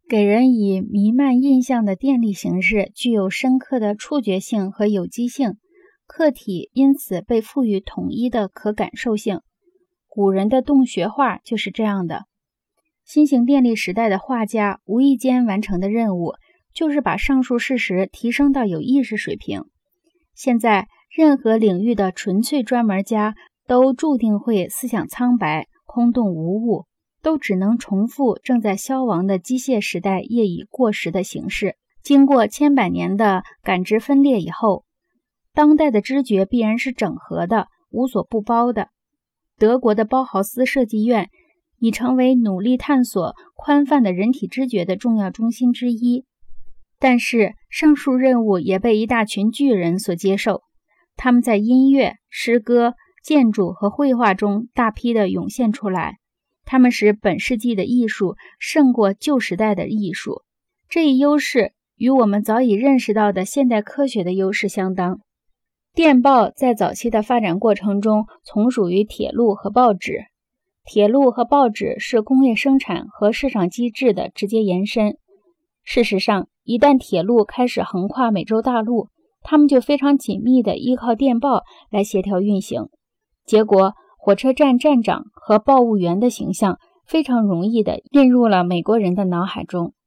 给人以弥漫印象的电力形式具有深刻的触觉性和有机性，客体因此被赋予统一的可感受性。古人的洞穴画就是这样的。新型电力时代的画家无意间完成的任务，就是把上述事实提升到有意识水平。现在，任何领域的纯粹专门家都注定会思想苍白、空洞无物，都只能重复正在消亡的机械时代业已过时的形式。经过千百年的感知分裂以后，当代的知觉必然是整合的、无所不包的。德国的包豪斯设计院已成为努力探索宽泛的人体知觉的重要中心之一。但是，上述任务也被一大群巨人所接受，他们在音乐、诗歌、建筑和绘画中大批的涌现出来。他们使本世纪的艺术胜过旧时代的艺术，这一优势与我们早已认识到的现代科学的优势相当。电报在早期的发展过程中从属于铁路和报纸，铁路和报纸是工业生产和市场机制的直接延伸。事实上，一旦铁路开始横跨美洲大陆，他们就非常紧密地依靠电报来协调运行。结果，火车站站长和报务员的形象非常容易地印入了美国人的脑海中。